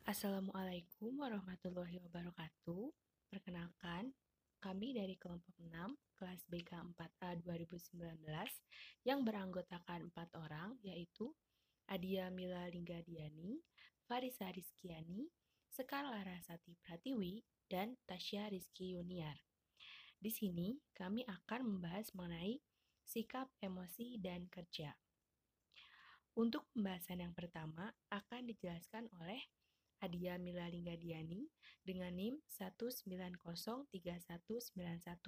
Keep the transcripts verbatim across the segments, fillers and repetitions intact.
Assalamualaikum warahmatullahi wabarakatuh. Perkenalkan, kami dari kelompok enam, kelas B K empat A dua ribu sembilan belas yang beranggotakan empat orang, yaitu Adia Mila Linggadiani, Farisa Rizkiani, Sekar Larasati Pratiwi, dan Tasya Rizky Yuniar. Di sini, kami akan membahas mengenai sikap, emosi, dan kerja. Untuk pembahasan yang pertama akan dijelaskan oleh Adia Mila Linggadiani dengan NIM satu sembilan nol tiga satu sembilan satu.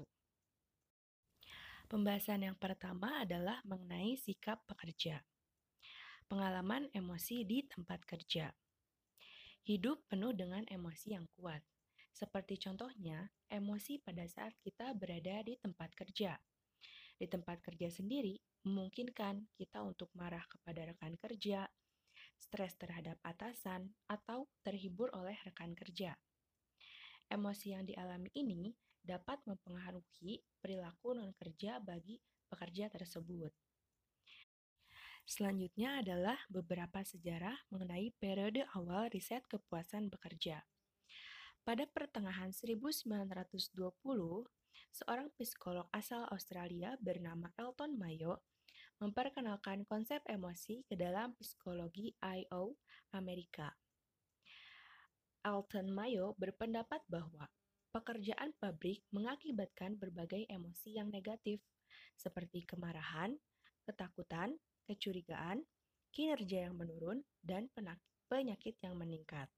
Pembahasan yang pertama adalah mengenai sikap pekerja. Pengalaman emosi di tempat kerja. Hidup penuh dengan emosi yang kuat. Seperti contohnya, emosi pada saat kita berada di tempat kerja. Di tempat kerja sendiri, memungkinkan kita untuk marah kepada rekan kerja, stres terhadap atasan, atau terhibur oleh rekan kerja. Emosi yang dialami ini dapat mempengaruhi perilaku non-kerja bagi pekerja tersebut. Selanjutnya adalah beberapa sejarah mengenai periode awal riset kepuasan bekerja. Pada pertengahan seribu sembilan ratus dua puluh, seorang psikolog asal Australia bernama Elton Mayo memperkenalkan konsep emosi ke dalam psikologi I O Amerika. Elton Mayo berpendapat bahwa pekerjaan pabrik mengakibatkan berbagai emosi yang negatif, seperti kemarahan, ketakutan, kecurigaan, kinerja yang menurun, dan penyakit yang meningkat.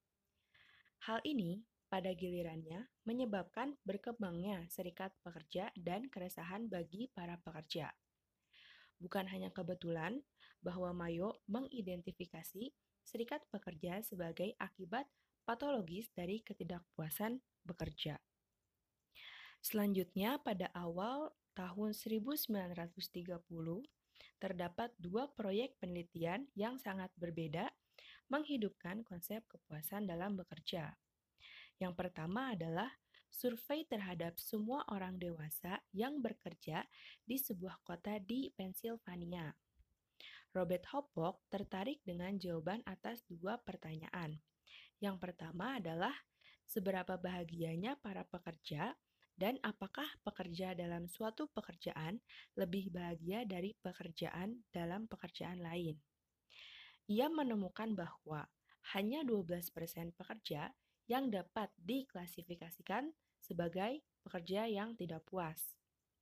Hal ini, pada gilirannya, menyebabkan berkembangnya serikat pekerja dan keresahan bagi para pekerja. Bukan hanya kebetulan bahwa Mayo mengidentifikasi serikat pekerja sebagai akibat patologis dari ketidakpuasan bekerja. Selanjutnya, pada awal tahun seribu sembilan ratus tiga puluh, terdapat dua proyek penelitian yang sangat berbeda menghidupkan konsep kepuasan dalam bekerja. Yang pertama adalah survei terhadap semua orang dewasa yang bekerja di sebuah kota di Pennsylvania. Robert Hopwood tertarik dengan jawaban atas dua pertanyaan. Yang pertama adalah seberapa bahagianya para pekerja dan apakah pekerja dalam suatu pekerjaan lebih bahagia dari pekerjaan dalam pekerjaan lain. Ia menemukan bahwa hanya dua belas persen pekerja yang dapat diklasifikasikan sebagai pekerja yang tidak puas.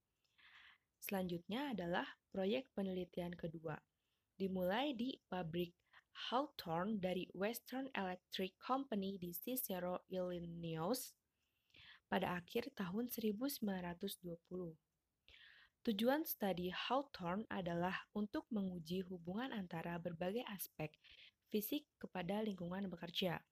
Selanjutnya adalah proyek penelitian kedua, dimulai di pabrik Hawthorne dari Western Electric Company di Cicero, Illinois, pada akhir tahun seribu sembilan ratus dua puluh. Tujuan studi Hawthorne adalah untuk menguji hubungan antara berbagai aspek fisik kepada lingkungan bekerja,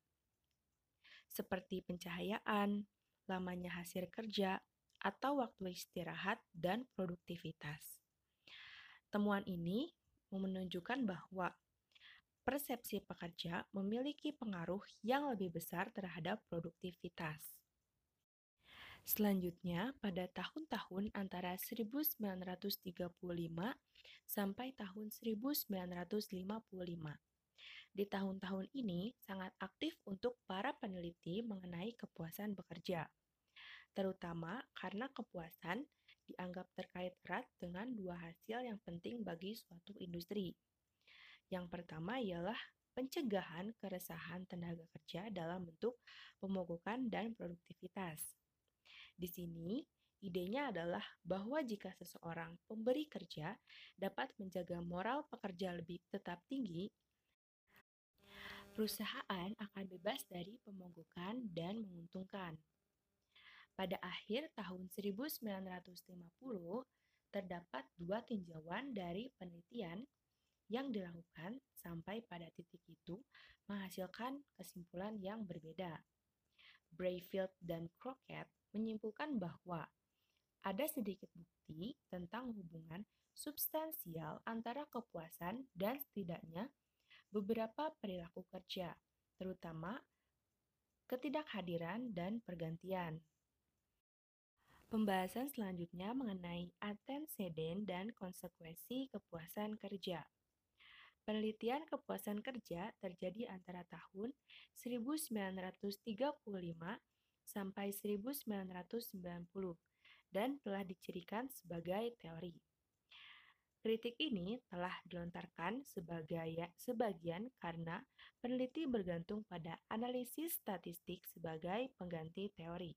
seperti pencahayaan, lamanya hasil kerja, atau waktu istirahat dan produktivitas. Temuan ini menunjukkan bahwa persepsi pekerja memiliki pengaruh yang lebih besar terhadap produktivitas. Selanjutnya, pada tahun-tahun antara seribu sembilan ratus tiga puluh lima sampai tahun seribu sembilan ratus lima puluh lima. Di tahun-tahun ini sangat aktif untuk para peneliti mengenai kepuasan bekerja, terutama karena kepuasan dianggap terkait erat dengan dua hasil yang penting bagi suatu industri. Yang pertama ialah pencegahan keresahan tenaga kerja dalam bentuk pemogokan dan produktivitas. Di sini, idenya adalah bahwa jika seseorang pemberi kerja dapat menjaga moral pekerja lebih tetap tinggi, perusahaan akan bebas dari pemogokan dan menguntungkan. Pada akhir tahun seribu sembilan ratus lima puluh, terdapat dua tinjauan dari penelitian yang dilakukan sampai pada titik itu menghasilkan kesimpulan yang berbeda. Brayfield dan Crockett menyimpulkan bahwa ada sedikit bukti tentang hubungan substansial antara kepuasan dan setidaknya beberapa perilaku kerja, terutama ketidakhadiran dan pergantian. Pembahasan selanjutnya mengenai anteseden dan konsekuensi kepuasan kerja. Penelitian kepuasan kerja terjadi antara tahun seribu sembilan ratus tiga puluh lima sampai seribu sembilan ratus sembilan puluh dan telah dicirikan sebagai teori. Kritik ini telah dilontarkan sebagai sebagian karena peneliti bergantung pada analisis statistik sebagai pengganti teori.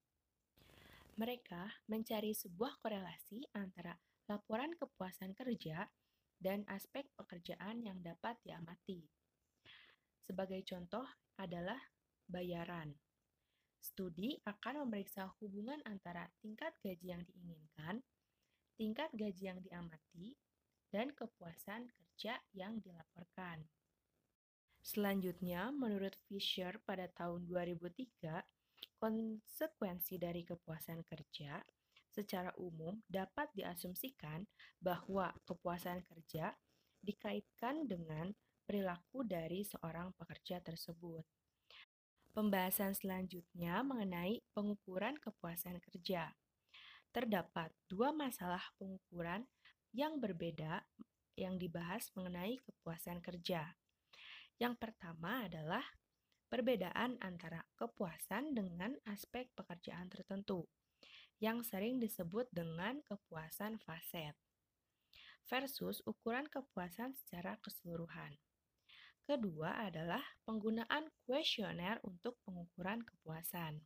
Mereka mencari sebuah korelasi antara laporan kepuasan kerja dan aspek pekerjaan yang dapat diamati. Sebagai contoh adalah bayaran. Studi akan memeriksa hubungan antara tingkat gaji yang diinginkan, tingkat gaji yang diamati, dan kepuasan kerja yang dilaporkan. Selanjutnya, menurut Fisher pada tahun dua ribu tiga, konsekuensi dari kepuasan kerja secara umum dapat diasumsikan bahwa kepuasan kerja dikaitkan dengan perilaku dari seorang pekerja tersebut. Pembahasan selanjutnya mengenai pengukuran kepuasan kerja. Terdapat dua masalah pengukuran yang berbeda yang dibahas mengenai kepuasan kerja. Yang pertama adalah perbedaan antara kepuasan dengan aspek pekerjaan tertentu, yang sering disebut dengan kepuasan faset, versus ukuran kepuasan secara keseluruhan. Kedua adalah penggunaan kuesioner untuk pengukuran kepuasan.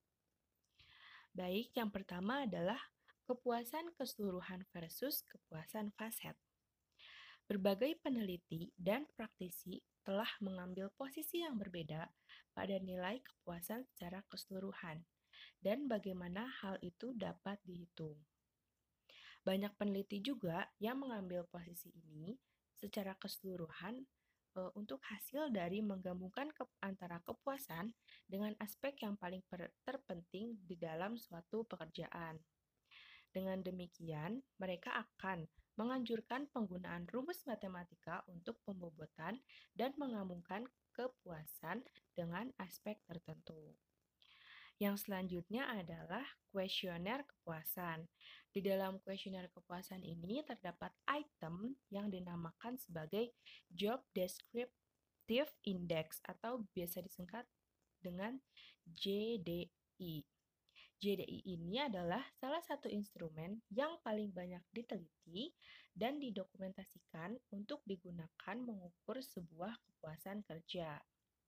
Baik, yang pertama adalah kepuasan keseluruhan versus kepuasan faset. Berbagai peneliti dan praktisi telah mengambil posisi yang berbeda pada nilai kepuasan secara keseluruhan dan bagaimana hal itu dapat dihitung. Banyak peneliti juga yang mengambil posisi ini secara keseluruhan e, untuk hasil dari menggabungkan ke, antara kepuasan dengan aspek yang paling per, terpenting di dalam suatu pekerjaan. Dengan demikian, mereka akan menganjurkan penggunaan rumus matematika untuk pembobotan dan menggabungkan kepuasan dengan aspek tertentu. Yang selanjutnya adalah kuesioner kepuasan. Di dalam kuesioner kepuasan ini terdapat item yang dinamakan sebagai Job Descriptive Index atau biasa disingkat dengan J D I. J D I ini adalah salah satu instrumen yang paling banyak diteliti dan didokumentasikan untuk digunakan mengukur sebuah kepuasan kerja.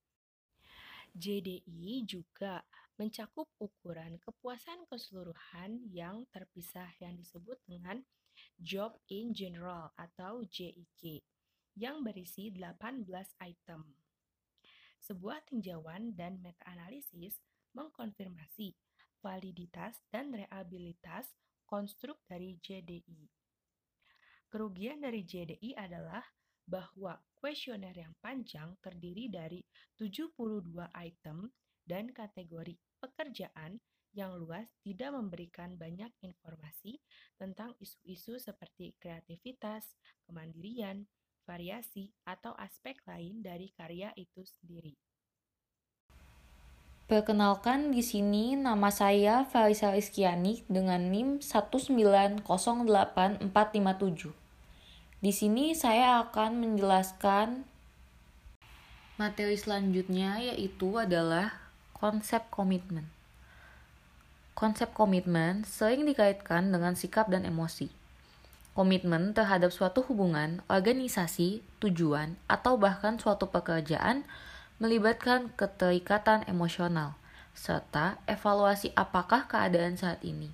J D I juga mencakup ukuran kepuasan keseluruhan yang terpisah yang disebut dengan Job in General atau J I G yang berisi delapan belas item. Sebuah tinjauan dan meta-analisis mengkonfirmasi validitas dan reliabilitas konstruk dari J D I. Kerugian dari J D I adalah bahwa kuesioner yang panjang terdiri dari tujuh puluh dua item dan kategori pekerjaan yang luas tidak memberikan banyak informasi tentang isu-isu seperti kreativitas, kemandirian, variasi, atau aspek lain dari karya itu sendiri. Perkenalkan, di sini nama saya Farisa Rizkiani dengan N I M satu sembilan nol delapan empat lima tujuh. Di sini saya akan menjelaskan materi selanjutnya, yaitu adalah konsep komitmen. Konsep komitmen sering dikaitkan dengan sikap dan emosi. Komitmen terhadap suatu hubungan, organisasi, tujuan, atau bahkan suatu pekerjaan melibatkan keterikatan emosional, serta evaluasi apakah keadaan saat ini.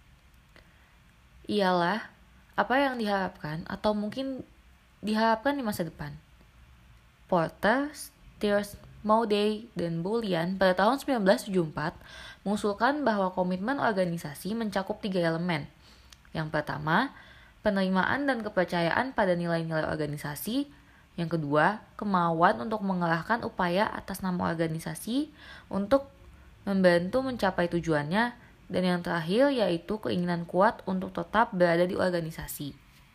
Ialah apa yang diharapkan atau mungkin diharapkan di masa depan. Porter, Stiers, Mauday, dan Bullian pada tahun sembilan belas tujuh puluh empat mengusulkan bahwa komitmen organisasi mencakup tiga elemen. Yang pertama, penerimaan dan kepercayaan pada nilai-nilai organisasi. Yang kedua, kemauan untuk mengerahkan upaya atas nama organisasi untuk membantu mencapai tujuannya. Dan yang terakhir yaitu keinginan kuat untuk tetap berada di organisasi.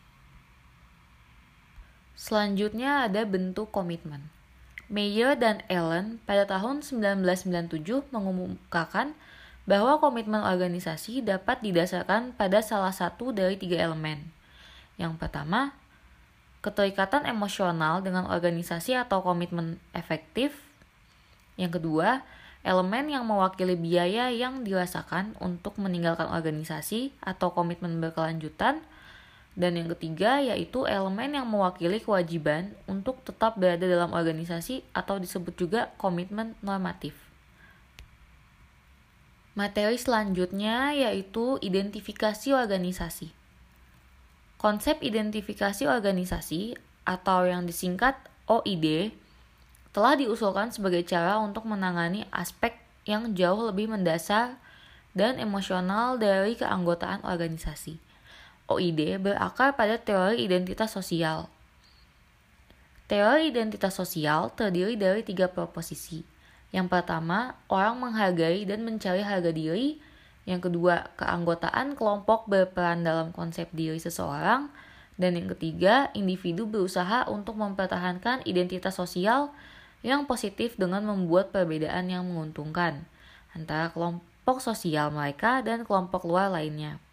Selanjutnya ada bentuk komitmen. Mayer dan Allen pada tahun sembilan belas sembilan puluh tujuh mengumumkakan bahwa komitmen organisasi dapat didasarkan pada salah satu dari tiga elemen. Yang pertama, keterikatan emosional dengan organisasi atau komitmen efektif. Yang kedua, elemen yang mewakili biaya yang dirasakan untuk meninggalkan organisasi atau komitmen berkelanjutan. Dan yang ketiga yaitu elemen yang mewakili kewajiban untuk tetap berada dalam organisasi atau disebut juga komitmen normatif. Materi selanjutnya yaitu identifikasi organisasi. Konsep identifikasi organisasi atau yang disingkat O I D telah diusulkan sebagai cara untuk menangani aspek yang jauh lebih mendasar dan emosional dari keanggotaan organisasi. O I D berakar pada teori identitas sosial. Teori identitas sosial terdiri dari tiga proposisi. Yang pertama, orang menghargai dan mencari harga diri. Yang kedua, keanggotaan kelompok berperan dalam konsep diri seseorang. Dan yang ketiga, individu berusaha untuk mempertahankan identitas sosial yang positif dengan membuat perbedaan yang menguntungkan antara kelompok sosial mereka dan kelompok luar lainnya.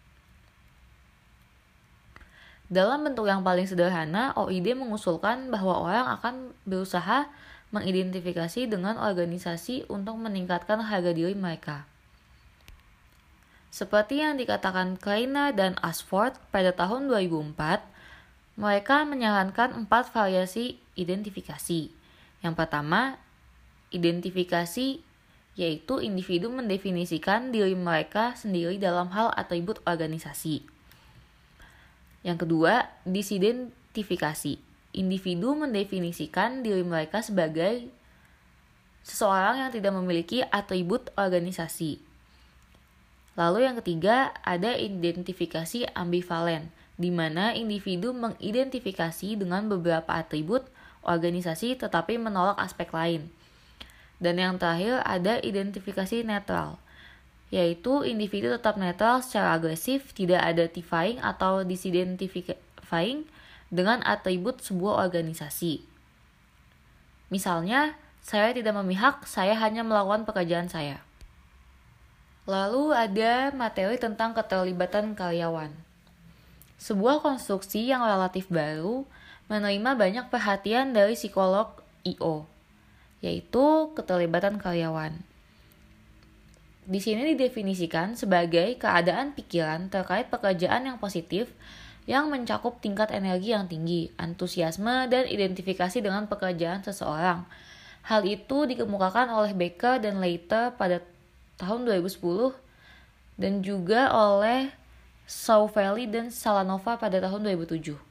Dalam bentuk yang paling sederhana, O I D mengusulkan bahwa orang akan berusaha mengidentifikasi dengan organisasi untuk meningkatkan harga diri mereka. Seperti yang dikatakan Kleiner dan Ashford pada tahun dua ribu empat, mereka menyarankan empat variasi identifikasi. Yang pertama, identifikasi yaitu individu mendefinisikan diri mereka sendiri dalam hal atribut organisasi. Yang kedua, disidentifikasi. Individu mendefinisikan diri mereka sebagai seseorang yang tidak memiliki atribut organisasi. Lalu yang ketiga, ada identifikasi ambivalen, di mana individu mengidentifikasi dengan beberapa atribut organisasi tetapi menolak aspek lain. Dan yang terakhir, ada identifikasi netral, yaitu individu tetap netral secara agresif, tidak identifying atau disidentifying dengan atribut sebuah organisasi. Misalnya, saya tidak memihak, saya hanya melakukan pekerjaan saya. Lalu ada materi tentang keterlibatan karyawan. Sebuah konstruksi yang relatif baru menerima banyak perhatian dari psikolog I O, yaitu keterlibatan karyawan. Di sini didefinisikan sebagai keadaan pikiran terkait pekerjaan yang positif yang mencakup tingkat energi yang tinggi, antusiasme, dan identifikasi dengan pekerjaan seseorang. Hal itu dikemukakan oleh Becker dan Leiter pada tahun dua ribu sepuluh dan juga oleh Sauvelli dan Salanova pada tahun dua ribu tujuh.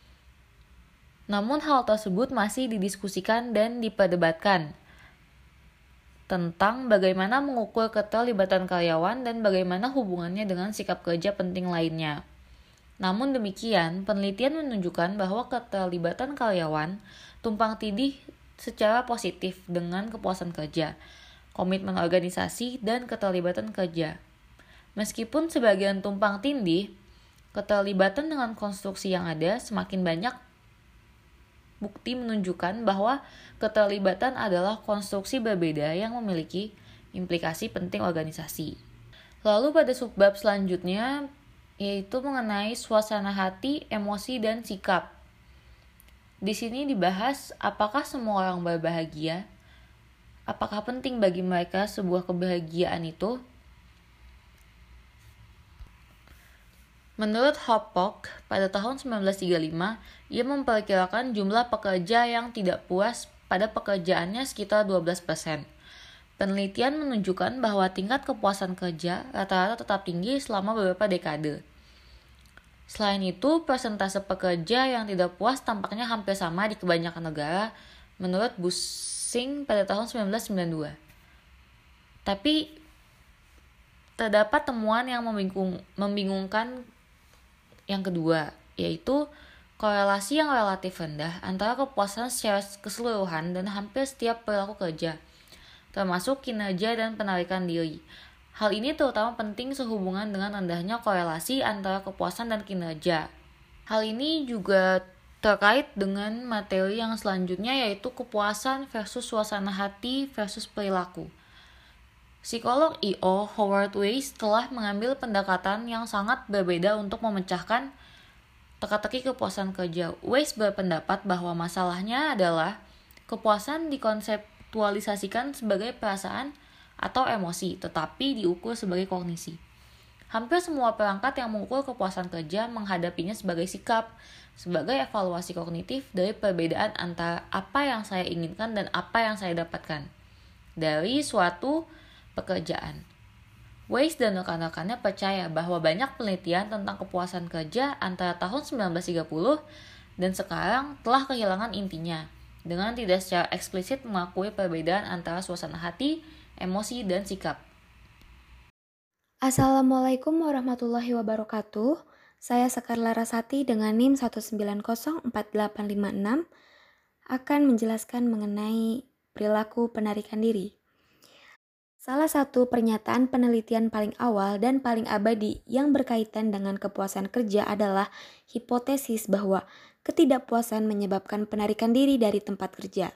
Namun hal tersebut masih didiskusikan dan diperdebatkan tentang bagaimana mengukur keterlibatan karyawan dan bagaimana hubungannya dengan sikap kerja penting lainnya. Namun demikian, penelitian menunjukkan bahwa keterlibatan karyawan tumpang tindih secara positif dengan kepuasan kerja, komitmen organisasi, dan keterlibatan kerja. Meskipun sebagian tumpang tindih, keterlibatan dengan konstruksi yang ada semakin banyak bukti menunjukkan bahwa keterlibatan adalah konstruksi berbeda yang memiliki implikasi penting organisasi. Lalu pada subbab selanjutnya yaitu mengenai suasana hati, emosi, dan sikap. Di sini dibahas apakah semua orang berbahagia, apakah penting bagi mereka sebuah kebahagiaan itu. Menurut Hopok, pada tahun sembilan belas tiga puluh lima, ia memperkirakan jumlah pekerja yang tidak puas pada pekerjaannya sekitar dua belas persen. Penelitian menunjukkan bahwa tingkat kepuasan kerja rata-rata tetap tinggi selama beberapa dekade. Selain itu, persentase pekerja yang tidak puas tampaknya hampir sama di kebanyakan negara, menurut Bussing pada tahun sembilan belas sembilan puluh dua. Tapi, terdapat temuan yang membingung, membingungkan yang kedua, yaitu korelasi yang relatif rendah antara kepuasan secara keseluruhan dan hampir setiap perilaku kerja, termasuk kinerja dan penarikan diri. Hal ini terutama penting sehubungan dengan rendahnya korelasi antara kepuasan dan kinerja. Hal ini juga terkait dengan materi yang selanjutnya, yaitu kepuasan versus suasana hati versus perilaku. Psikolog I O Howard Weiss telah mengambil pendekatan yang sangat berbeda untuk memecahkan Teka-teki kepuasan kerja. Weiss berpendapat bahwa masalahnya adalah kepuasan dikonseptualisasikan sebagai perasaan atau emosi, tetapi diukur sebagai kognisi. Hampir semua perangkat yang mengukur kepuasan kerja menghadapinya sebagai sikap, sebagai evaluasi kognitif dari perbedaan antara apa yang saya inginkan dan apa yang saya dapatkan dari suatu pekerjaan. Weiss dan rekan-rekannya percaya bahwa banyak penelitian tentang kepuasan kerja antara tahun sembilan belas tiga puluh dan sekarang telah kehilangan intinya, dengan tidak secara eksplisit mengakui perbedaan antara suasana hati, emosi, dan sikap. Assalamualaikum warahmatullahi wabarakatuh. Saya Sekar Larasati dengan NIM satu sembilan nol empat delapan lima enam akan menjelaskan mengenai perilaku penarikan diri. Salah satu pernyataan penelitian paling awal dan paling abadi yang berkaitan dengan kepuasan kerja adalah hipotesis bahwa ketidakpuasan menyebabkan penarikan diri dari tempat kerja.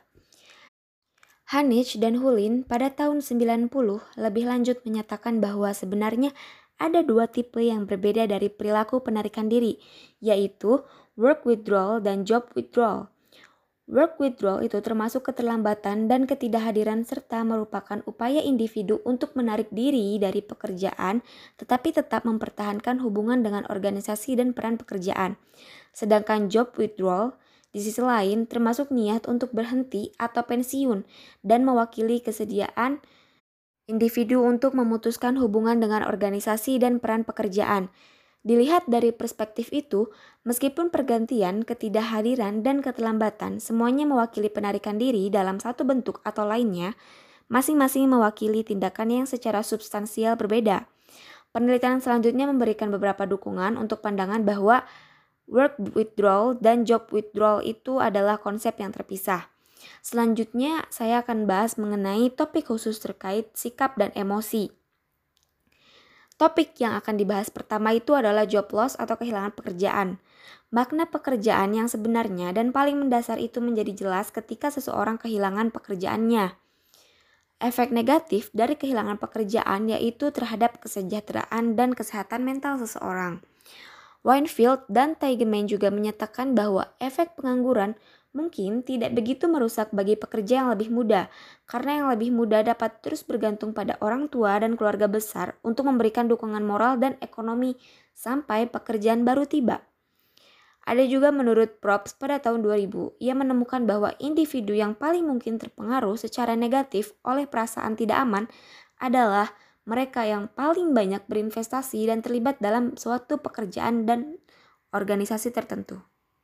Hanich dan Hulin pada tahun sembilan puluh lebih lanjut menyatakan bahwa sebenarnya ada dua tipe yang berbeda dari perilaku penarikan diri, yaitu work withdrawal dan job withdrawal. Work withdrawal itu termasuk keterlambatan dan ketidakhadiran serta merupakan upaya individu untuk menarik diri dari pekerjaan tetapi tetap mempertahankan hubungan dengan organisasi dan peran pekerjaan. Sedangkan job withdrawal di sisi lain termasuk niat untuk berhenti atau pensiun dan mewakili kesediaan individu untuk memutuskan hubungan dengan organisasi dan peran pekerjaan. Dilihat dari perspektif itu, meskipun pergantian, ketidakhadiran, dan keterlambatan semuanya mewakili penarikan diri dalam satu bentuk atau lainnya, masing-masing mewakili tindakan yang secara substansial berbeda. Penelitian selanjutnya memberikan beberapa dukungan untuk pandangan bahwa work withdrawal dan job withdrawal itu adalah konsep yang terpisah. Selanjutnya, saya akan bahas mengenai topik khusus terkait sikap dan emosi. Topik yang akan dibahas pertama itu adalah job loss atau kehilangan pekerjaan. Makna pekerjaan yang sebenarnya dan paling mendasar itu menjadi jelas ketika seseorang kehilangan pekerjaannya. Efek negatif dari kehilangan pekerjaan yaitu terhadap kesejahteraan dan kesehatan mental seseorang. Weinfeld dan Teigeman juga menyatakan bahwa efek pengangguran mungkin tidak begitu merusak bagi pekerja yang lebih muda, karena yang lebih muda dapat terus bergantung pada orang tua dan keluarga besar untuk memberikan dukungan moral dan ekonomi sampai pekerjaan baru tiba. Ada juga menurut Probst pada tahun dua ribu, ia menemukan bahwa individu yang paling mungkin terpengaruh secara negatif oleh perasaan tidak aman adalah mereka yang paling banyak berinvestasi dan terlibat dalam suatu pekerjaan dan organisasi tertentu.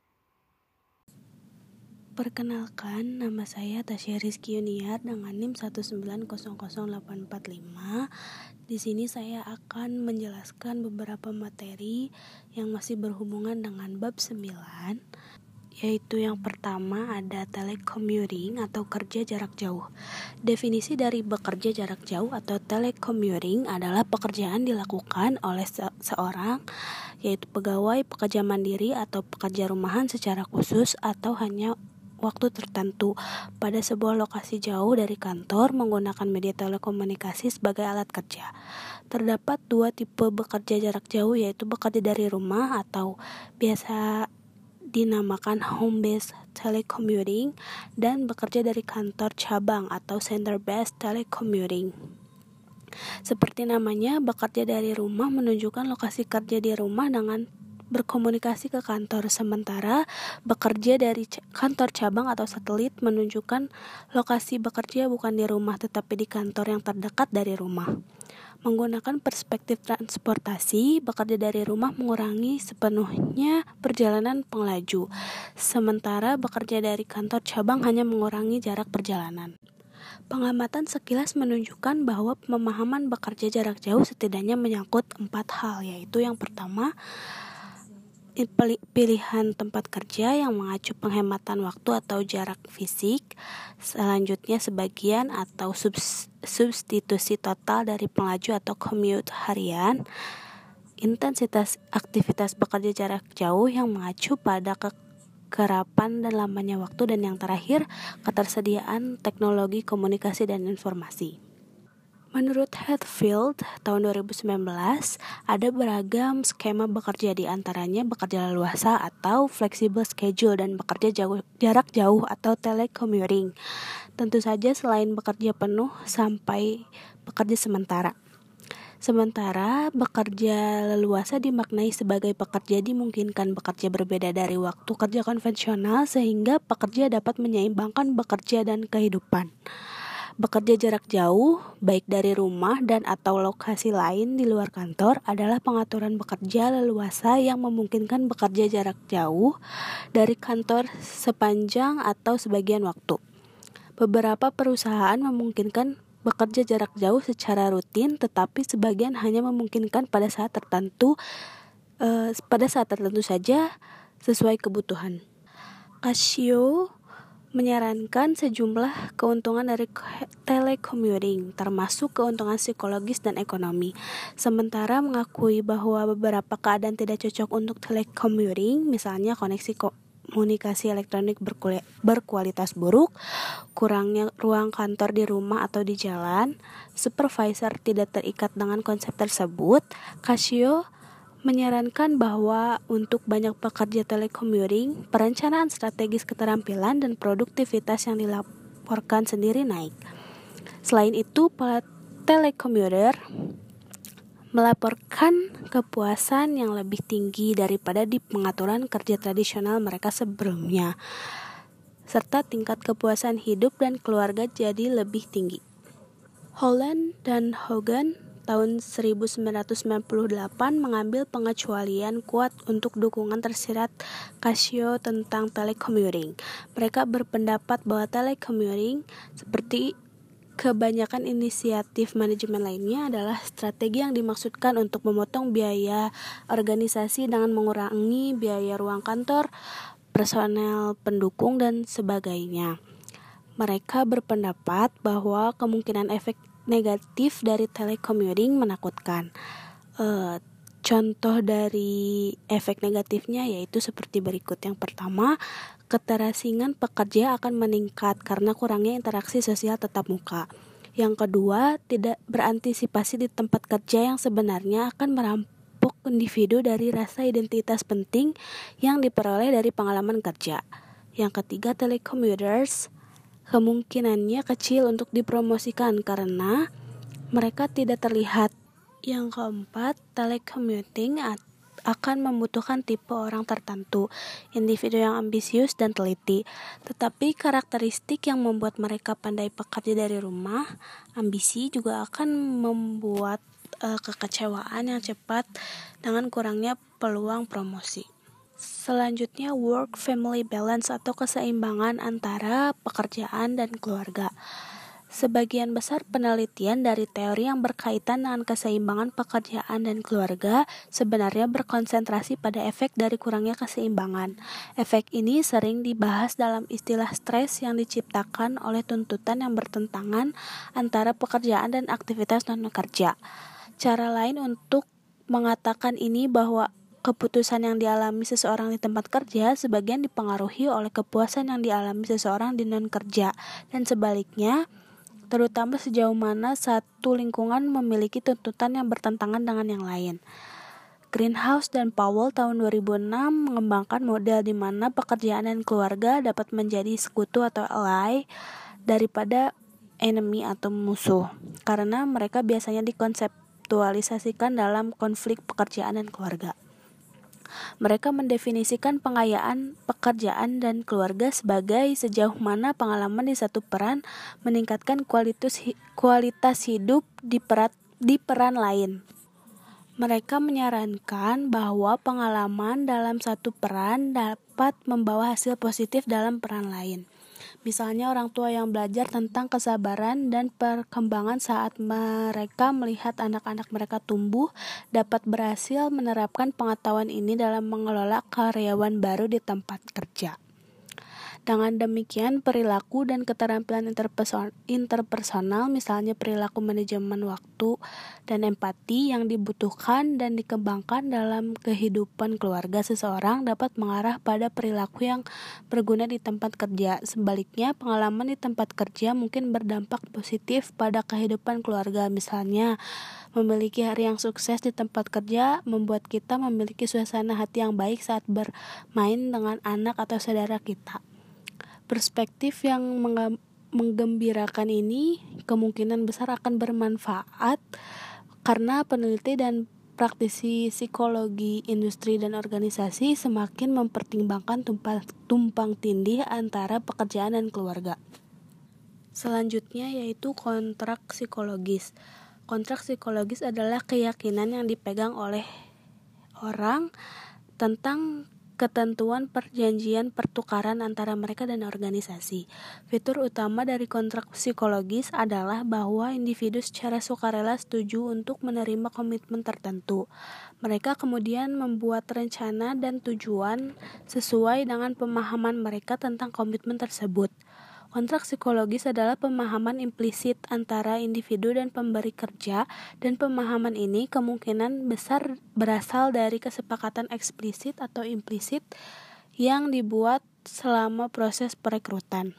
Perkenalkan, nama saya Tasya Rizky Yuniar dengan NIM satu sembilan nol nol delapan empat lima. Di sini saya akan menjelaskan beberapa materi yang masih berhubungan dengan bab sembilan, yaitu yang pertama ada telecommuting atau kerja jarak jauh. Definisi dari bekerja jarak jauh atau telecommuting adalah pekerjaan dilakukan oleh se- seorang yaitu pegawai, pekerja mandiri atau pekerja rumahan secara khusus atau hanya waktu tertentu pada sebuah lokasi jauh dari kantor menggunakan media telekomunikasi sebagai alat kerja. Terdapat dua tipe bekerja jarak jauh, yaitu bekerja dari rumah atau biasa dinamakan home-based telecommuting dan bekerja dari kantor cabang atau center-based telecommuting. Seperti namanya, bekerja dari rumah menunjukkan lokasi kerja di rumah dengan berkomunikasi ke kantor, sementara bekerja dari kantor cabang atau satelit menunjukkan lokasi bekerja bukan di rumah tetapi di kantor yang terdekat dari rumah. Menggunakan perspektif transportasi, bekerja dari rumah mengurangi sepenuhnya perjalanan pengelaju, sementara bekerja dari kantor cabang hanya mengurangi jarak perjalanan. Pengamatan sekilas menunjukkan bahwa pemahaman bekerja jarak jauh setidaknya menyangkut empat hal, yaitu yang pertama, pilihan tempat kerja yang mengacu penghematan waktu atau jarak fisik. Selanjutnya sebagian atau subs- substitusi total dari pengelaju atau commute harian. Intensitas aktivitas bekerja jarak jauh yang mengacu pada kekerapan dan lamanya waktu. Dan yang terakhir, ketersediaan teknologi komunikasi dan informasi. Menurut Hatfield, tahun dua ribu sembilan belas, ada beragam skema bekerja, di antaranya bekerja leluasa atau flexible schedule dan bekerja jauh, jarak jauh atau telecommuting. Tentu saja selain bekerja penuh sampai bekerja sementara. Sementara bekerja leluasa dimaknai sebagai pekerja dimungkinkan bekerja berbeda dari waktu kerja konvensional sehingga pekerja dapat menyeimbangkan bekerja dan kehidupan. Bekerja jarak jauh, baik dari rumah dan atau lokasi lain di luar kantor, adalah pengaturan bekerja leluasa yang memungkinkan bekerja jarak jauh dari kantor sepanjang atau sebagian waktu. Beberapa perusahaan memungkinkan bekerja jarak jauh secara rutin, tetapi sebagian hanya memungkinkan pada saat tertentu, eh, pada saat tertentu saja sesuai kebutuhan. Casio menyarankan sejumlah keuntungan dari telecommuting, termasuk keuntungan psikologis dan ekonomi. Sementara mengakui bahwa beberapa keadaan tidak cocok untuk telecommuting, misalnya koneksi komunikasi elektronik berkualitas buruk, kurangnya ruang kantor di rumah atau di jalan, supervisor tidak terikat dengan konsep tersebut. Casio menyarankan bahwa untuk banyak pekerja telecommuting, perencanaan strategis keterampilan dan produktivitas yang dilaporkan sendiri naik. Selain itu, para telecommuter melaporkan kepuasan yang lebih tinggi daripada di pengaturan kerja tradisional mereka sebelumnya, serta tingkat kepuasan hidup dan keluarga jadi lebih tinggi. Holland dan Hogan tahun seribu sembilan ratus sembilan puluh delapan mengambil pengecualian kuat untuk dukungan tersirat Casio tentang telecommuting. Mereka berpendapat bahwa telecommuting, seperti kebanyakan inisiatif manajemen lainnya, adalah strategi yang dimaksudkan untuk memotong biaya organisasi dengan mengurangi biaya ruang kantor, personel pendukung, dan sebagainya. Mereka berpendapat bahwa kemungkinan efek negatif dari telecommuting menakutkan. E, contoh dari efek negatifnya yaitu seperti berikut. Yang pertama, keterasingan pekerja akan meningkat karena kurangnya interaksi sosial tatap muka. Yang kedua, tidak berantisipasi di tempat kerja yang sebenarnya akan merampok individu dari rasa identitas penting yang diperoleh dari pengalaman kerja. Yang ketiga, telecommuters kemungkinannya kecil untuk dipromosikan karena mereka tidak terlihat. Yang keempat, telecommuting akan membutuhkan tipe orang tertentu, individu yang ambisius dan teliti. Tetapi karakteristik yang membuat mereka pandai bekerja dari rumah, ambisi, juga akan membuat uh, kekecewaan yang cepat dengan kurangnya peluang promosi. Selanjutnya, work-family balance atau keseimbangan antara pekerjaan dan keluarga. Sebagian besar penelitian dari teori yang berkaitan dengan keseimbangan pekerjaan dan keluarga sebenarnya berkonsentrasi pada efek dari kurangnya keseimbangan. Efek ini sering dibahas dalam istilah stres yang diciptakan oleh tuntutan yang bertentangan antara pekerjaan dan aktivitas non-kerja. Cara lain untuk mengatakan ini bahwa keputusan yang dialami seseorang di tempat kerja sebagian dipengaruhi oleh kepuasan yang dialami seseorang di non-kerja, dan sebaliknya, terutama sejauh mana satu lingkungan memiliki tuntutan yang bertentangan dengan yang lain. Greenhouse dan Powell tahun dua ribu enam mengembangkan model di mana pekerjaan dan keluarga dapat menjadi sekutu atau ally daripada enemy atau musuh, karena mereka biasanya dikonseptualisasikan dalam konflik pekerjaan dan keluarga. Mereka mendefinisikan pengayaan pekerjaan dan keluarga sebagai sejauh mana pengalaman di satu peran meningkatkan kualitas kualitas hidup di peran, di peran lain. Mereka menyarankan bahwa pengalaman dalam satu peran dapat membawa hasil positif dalam peran lain. Misalnya orang tua yang belajar tentang kesabaran dan perkembangan saat mereka melihat anak-anak mereka tumbuh dapat berhasil menerapkan pengetahuan ini dalam mengelola karyawan baru di tempat kerja. Dengan demikian, perilaku dan keterampilan interperson- interpersonal, misalnya perilaku manajemen waktu dan empati yang dibutuhkan dan dikembangkan dalam kehidupan keluarga seseorang dapat mengarah pada perilaku yang berguna di tempat kerja. Sebaliknya, pengalaman di tempat kerja mungkin berdampak positif pada kehidupan keluarga. Misalnya, memiliki hari yang sukses di tempat kerja membuat kita memiliki suasana hati yang baik saat bermain dengan anak atau saudara kita. Perspektif yang menggembirakan ini kemungkinan besar akan bermanfaat karena peneliti dan praktisi psikologi industri dan organisasi semakin mempertimbangkan tumpang, tumpang tindih antara pekerjaan dan keluarga. Selanjutnya yaitu kontrak psikologis. Kontrak psikologis adalah keyakinan yang dipegang oleh orang tentang ketentuan perjanjian pertukaran antara mereka dan organisasi. Fitur utama dari kontrak psikologis adalah bahwa individu secara sukarela setuju untuk menerima komitmen tertentu. Mereka kemudian membuat rencana dan tujuan sesuai dengan pemahaman mereka tentang komitmen tersebut. Kontrak psikologis adalah pemahaman implisit antara individu dan pemberi kerja, dan pemahaman ini kemungkinan besar berasal dari kesepakatan eksplisit atau implisit yang dibuat selama proses perekrutan.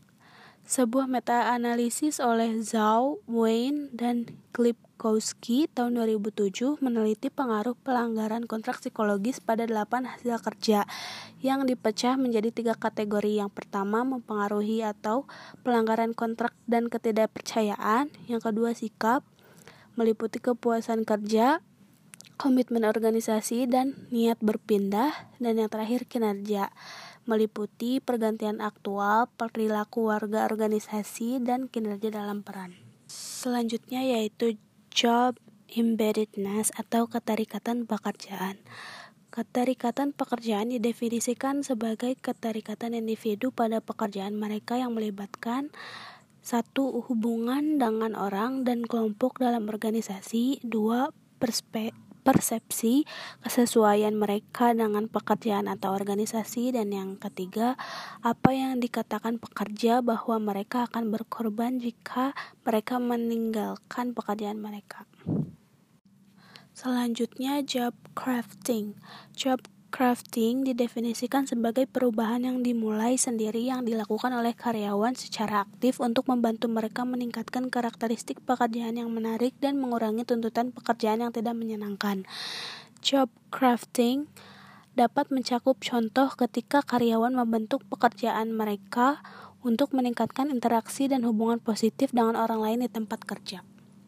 Sebuah meta-analisis oleh Zhao, Wayne, dan Klipkowski tahun dua ribu tujuh meneliti pengaruh pelanggaran kontrak psikologis pada delapan hasil kerja yang dipecah menjadi tiga kategori. Yang pertama, mempengaruhi atau pelanggaran kontrak dan ketidakpercayaan. Yang kedua, sikap, meliputi kepuasan kerja, komitmen organisasi, dan niat berpindah. Dan yang terakhir, kinerja, meliputi pergantian aktual, perilaku warga organisasi, dan kinerja dalam peran. Selanjutnya yaitu job embeddedness atau keterikatan pekerjaan. Keterikatan pekerjaan didefinisikan sebagai keterikatan individu pada pekerjaan mereka yang melibatkan satu, hubungan dengan orang dan kelompok dalam organisasi. Dua, perspe- persepsi kesesuaian mereka dengan pekerjaan atau organisasi. Dan yang ketiga, apa yang dikatakan pekerja bahwa mereka akan berkorban jika mereka meninggalkan pekerjaan mereka. Selanjutnya, job crafting. Job crafting didefinisikan sebagai perubahan yang dimulai sendiri yang dilakukan oleh karyawan secara aktif untuk membantu mereka meningkatkan karakteristik pekerjaan yang menarik dan mengurangi tuntutan pekerjaan yang tidak menyenangkan. Job crafting dapat mencakup contoh ketika karyawan membentuk pekerjaan mereka untuk meningkatkan interaksi dan hubungan positif dengan orang lain di tempat kerja.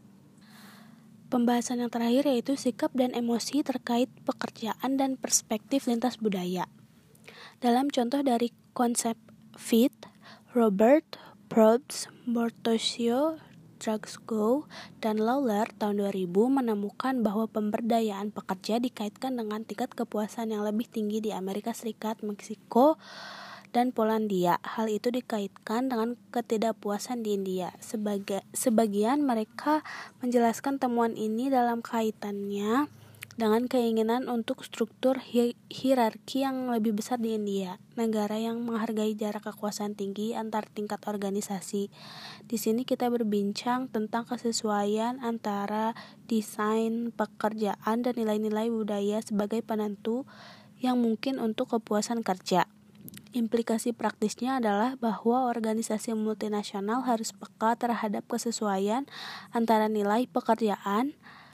Pembahasan yang terakhir yaitu sikap dan emosi terkait pekerjaan dan perspektif lintas budaya. Dalam contoh dari konsep fit, Robert Probst, Bortosio, Dragsgow, dan Lawler tahun dua ribu menemukan bahwa pemberdayaan pekerja dikaitkan dengan tingkat kepuasan yang lebih tinggi di Amerika Serikat, Meksiko, dan Polandia. Hal itu dikaitkan dengan ketidakpuasan di India. Sebaga, sebagian mereka menjelaskan temuan ini dalam kaitannya dengan keinginan untuk struktur hi- hierarki yang lebih besar di India, negara yang menghargai jarak kekuasaan tinggi antar tingkat organisasi. Di sini kita berbincang tentang kesesuaian antara desain pekerjaan dan nilai-nilai budaya sebagai penentu yang mungkin untuk kepuasan kerja. Implikasi praktisnya adalah bahwa organisasi multinasional harus peka terhadap kesesuaian antara nilai pekerjaan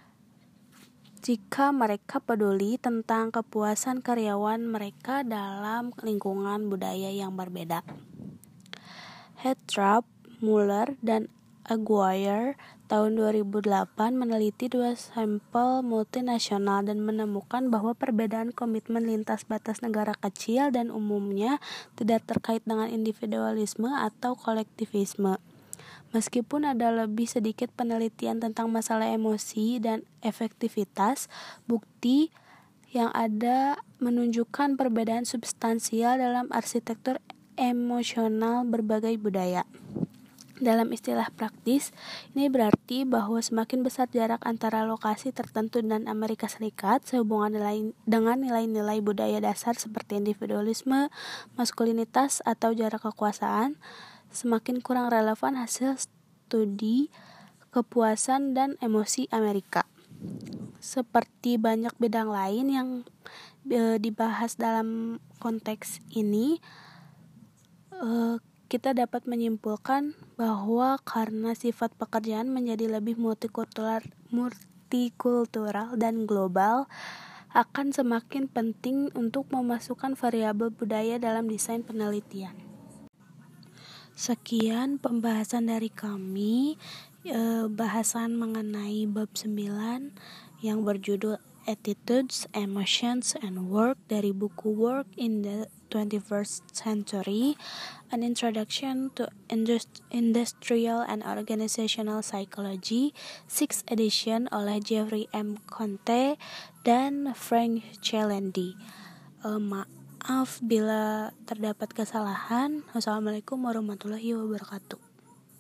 jika mereka peduli tentang kepuasan karyawan mereka dalam lingkungan budaya yang berbeda. Hetrap, Muller, dan Aguirre tahun dua ribu delapan meneliti dua sampel multinasional dan menemukan bahwa perbedaan komitmen lintas batas negara kecil dan umumnya tidak terkait dengan individualisme atau kolektivisme. Meskipun ada lebih sedikit penelitian tentang masalah emosi dan efektivitas, bukti yang ada menunjukkan perbedaan substansial dalam arsitektur emosional berbagai budaya. Dalam istilah praktis, ini berarti bahwa semakin besar jarak antara lokasi tertentu dan Amerika Serikat sehubungan nilai, dengan nilai-nilai budaya dasar seperti individualisme, maskulinitas, atau jarak kekuasaan, semakin kurang relevan hasil studi kepuasan dan emosi Amerika. Seperti banyak bidang lain yang e, dibahas dalam konteks ini, e, kita dapat menyimpulkan bahwa karena sifat pekerjaan menjadi lebih multikultural, multikultural dan global, akan semakin penting untuk memasukkan variabel budaya dalam desain penelitian. Sekian pembahasan dari kami, eh, bahasan mengenai bab sembilan yang berjudul Attitudes, Emotions, and Work dari buku Work in the twenty-first Century, An Introduction to Indust- Industrial and Organizational Psychology, sixth edition oleh Jeffrey M. Conte dan Frank Celendi. Uh, maaf bila terdapat kesalahan. Wassalamualaikum warahmatullahi wabarakatuh.